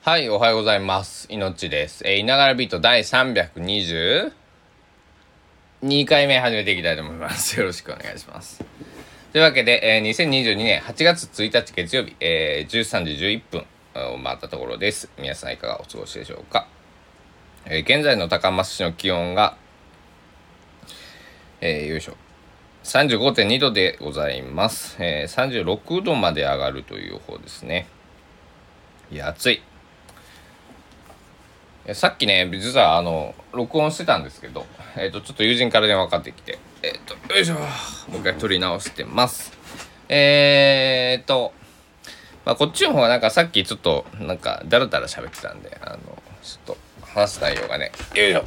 はい、おはようございます。いのちです。いながらビート第322回目始めていきたいと思います。よろしくお願いします。というわけで、2022年8月1日月曜日、13時11分を回ったところです。皆さんいかがお過ごしでしょうか。現在の高松市の気温が、よいしょ。35.2 度でございます。36度まで上がるという方ですね。いや、暑い。さっきね、実は録音してたんですけど、ちょっと友人から電話かかってきて、よいしょ、もう一回撮り直してます。こっちの方はなんかさっきちょっとなんかだらだら喋ってたんで、ちょっと話す内容がね、よいしょ、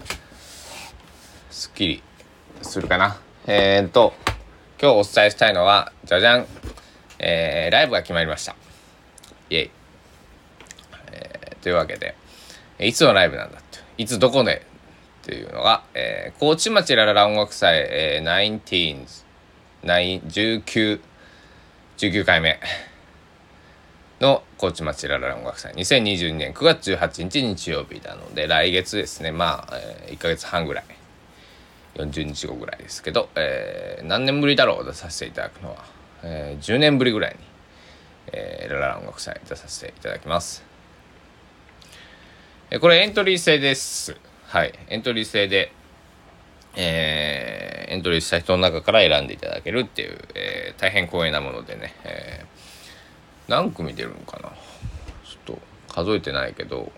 すっきりするかな。今日お伝えしたいのは、じゃじゃん、ライブが決まりました。イエイ。というわけで、いつのライブなんだって、いつどこでっていうのが、高知町ラララ音楽祭、19回目の高知町ラララ音楽祭2022年9月18日日曜日なので、来月ですね。1ヶ月半ぐらい、40日後ぐらいですけど、何年ぶりだろう出させていただくのは、10年ぶりぐらいに、ラララ音楽祭出させていただきます。これエントリー制です。はい、エントリー制で、エントリーした人の中から選んでいただけるっていう、大変光栄なものでね、何組出るのかな、ちょっと数えてないけど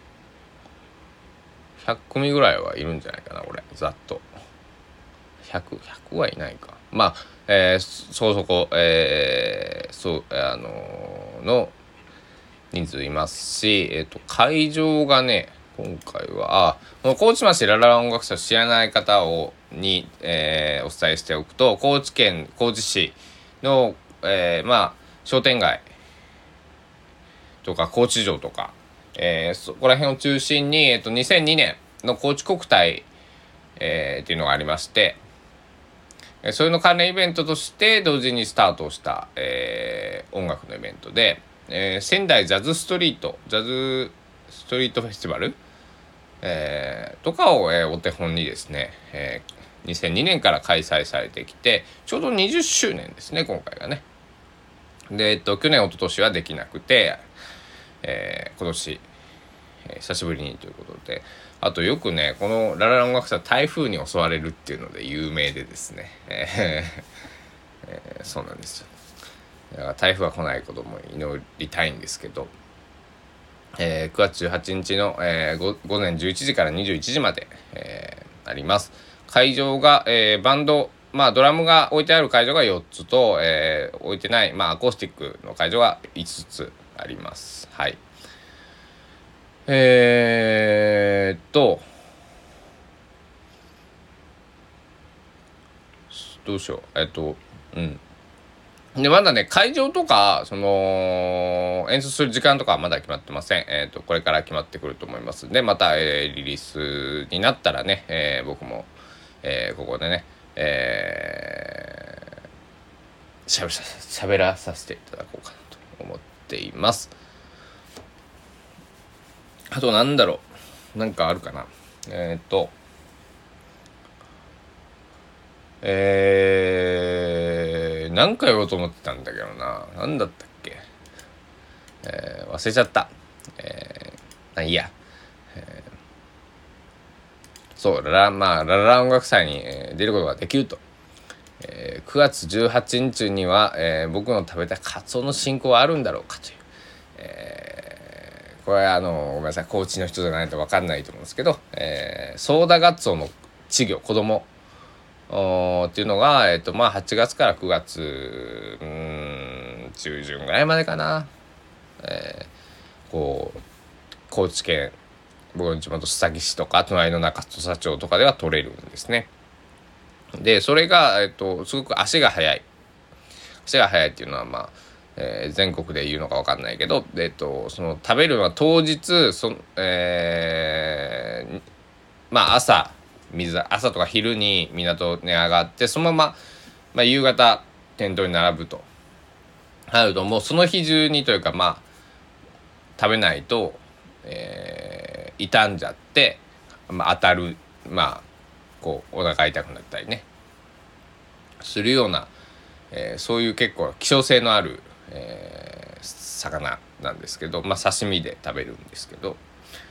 100組ぐらいはいるんじゃないかな。俺ざっと100はいないか。そこそこ、の人数いますし、会場がね、今回はこの高知町ラララ音楽祭を知らない方に、お伝えしておくと、高知県高知市の、商店街とか高知城とか、そこら辺を中心に、2002年の高知国体、っていうのがありまして、それの関連イベントとして同時にスタートした、音楽のイベントで、仙台ジャズストリートフェスティバル、とかを、お手本にですね、2002年から開催されてきて、ちょうど20周年ですね、今回がね。で、去年一昨年はできなくて、今年、久しぶりにということで、あとよくね、このラララ音楽祭台風に襲われるっていうので有名でですね、そうなんですよ。だから台風は来ないことも祈りたいんですけど、9月18日の、午前11時から21時まで、あります。会場が、バンド、ドラムが置いてある会場が4つと、置いてない、アコースティックの会場が5つあります。はい。どうしよう。で、まだね、会場とか、演奏する時間とかはまだ決まってません。これから決まってくると思います。で、また、リリースになったらね、僕も、ここでね、喋らさせていただこうかなと思っています。あと、なんかあるかな。何か言おうと思ってたんだけどな。なんだったっけ。忘れちゃった。いいや。そう、ラララ音楽祭に、出ることができると。9月18日には、僕の食べたカツオの進行はあるんだろうかという。これはごめんなさい、高知の人じゃないと分かんないと思うんですけど、ソーダガツオの稚魚、子供っていうのが、8月から9月中旬ぐらいまでかな、高知県、僕の地元須崎市とか隣の中土佐町とかでは取れるんですね。でそれが、すごく足が速いっていうのは全国で言うのか分かんないけど、その食べるのは当日朝とか昼に港に上がって、そのまま、夕方店頭に並ぶとなると、もうその日中にというか食べないと、傷んじゃって、当たる、こうお腹痛くなったりねするような、そういう結構希少性のある、魚なんですけど、刺身で食べるんですけど、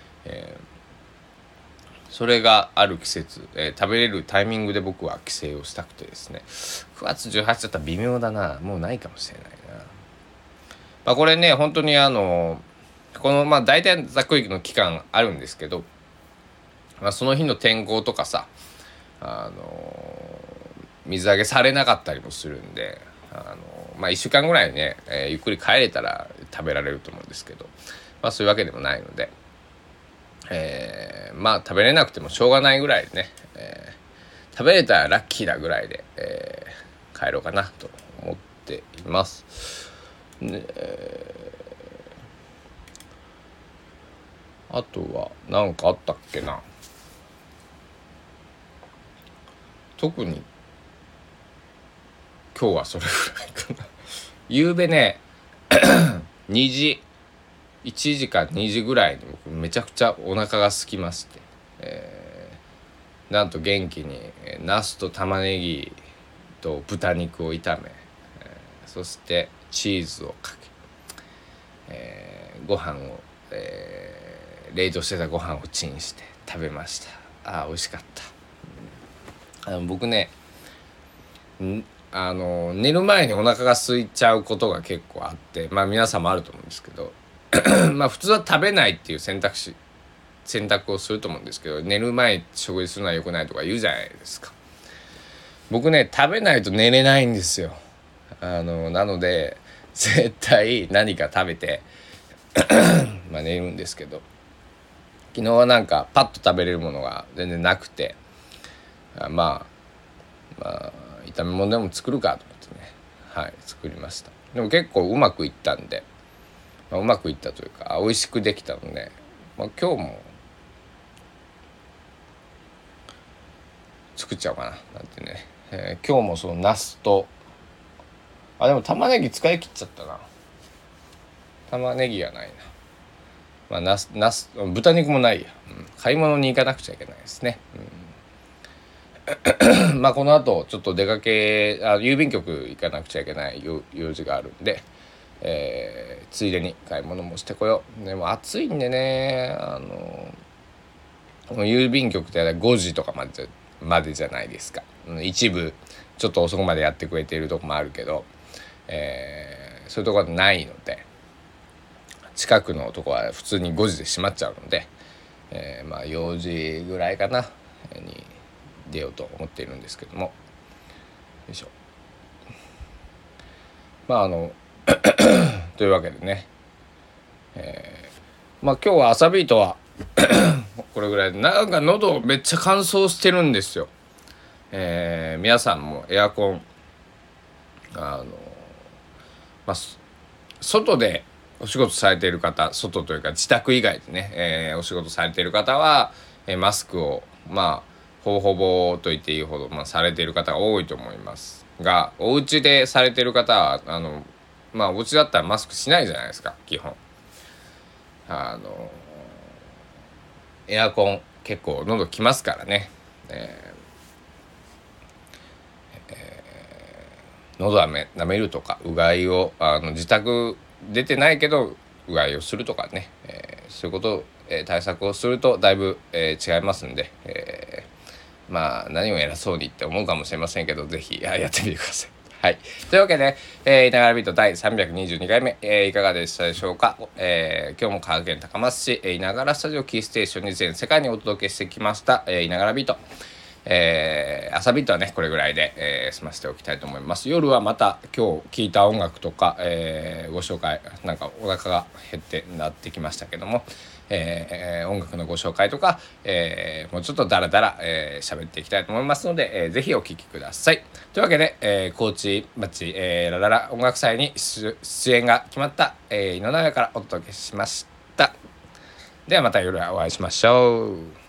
それがある季節、食べれるタイミングで僕は帰省をしたくてですね、9月18だったら微妙だな、もうないかもしれないな。これね本当にこの大体ざっくりの期間あるんですけど、その日の天候とかさ、水揚げされなかったりもするんで、1週間ぐらいね、ゆっくり帰れたら食べられると思うんですけど、そういうわけでもないので、食べれなくてもしょうがないぐらいでね、食べれたらラッキーだぐらいで、帰ろうかなと思っています。あとは何かあったっけな。特に今日はそれぐらいかな。夕べね2時1時か2時ぐらいに僕めちゃくちゃお腹が空きまして、なんと元気にナスと玉ねぎと豚肉を炒め、そしてチーズをかけ、ご飯を、冷凍してたご飯をチンして食べました。美味しかった。僕ね寝る前にお腹が空いちゃうことが結構あって、皆さんもあると思うんですけど普通は食べないっていう選択をすると思うんですけど、寝る前に食事するのは良くないとか言うじゃないですか。僕ね食べないと寝れないんですよ。なので絶対何か食べて寝るんですけど、昨日はなんかパッと食べれるものが全然なくて、炒め物でも作るかと思ってね、作りました。でも結構うまくいったんで、うまくいったというか美味しくできたので、今日も作っちゃおうかななんてね、今日もそのナスとでも玉ねぎ使い切っちゃったな。玉ねぎがないな。ナス豚肉もないや、買い物に行かなくちゃいけないですね。この後ちょっと出かけ郵便局行かなくちゃいけない用事があるんで、ついでに買い物もしてこよう。でも暑いんでね、郵便局って5時とかまでじゃないですか。一部ちょっと遅くまでやってくれているとこもあるけど、そういうとこはないので、近くのとこは普通に5時で閉まっちゃうので、4時ぐらいかなに出ようと思っているんですけども、よいしょ。というわけでね、今日は朝ビートはこれぐらいで、なんか喉めっちゃ乾燥してるんですよ。皆さんもエアコン外でお仕事されている方、外というか自宅以外でね、お仕事されている方は、マスクをほぼと言っていいほど、されている方が多いと思いますが、お家でされている方はお家だったらマスクしないじゃないですか。基本エアコン結構喉きますからね、喉舐めるとかうがいを自宅出てないけどうがいをするとかね、そういうことを、対策をするとだいぶ、違いますんで、何を偉そうにって思うかもしれませんけど、ぜひやってみてください。はい、というわけで、いながらビート第322回目、いかがでしたでしょうか。今日も香川県高松市、いながらスタジオキーステーションに全世界にお届けしてきました、いながらビート。朝ビートはねこれぐらいで、済ませておきたいと思います。夜はまた今日聴いた音楽とか、ご紹介、なんかお腹が減ってなってきましたけども、音楽のご紹介とか、もうちょっとダラダラ喋っていきたいと思いますので、ぜひお聴きください。というわけで、高知町、ラララ音楽祭に出演が決まった、井上からお届けしました。ではまた夜お会いしましょう。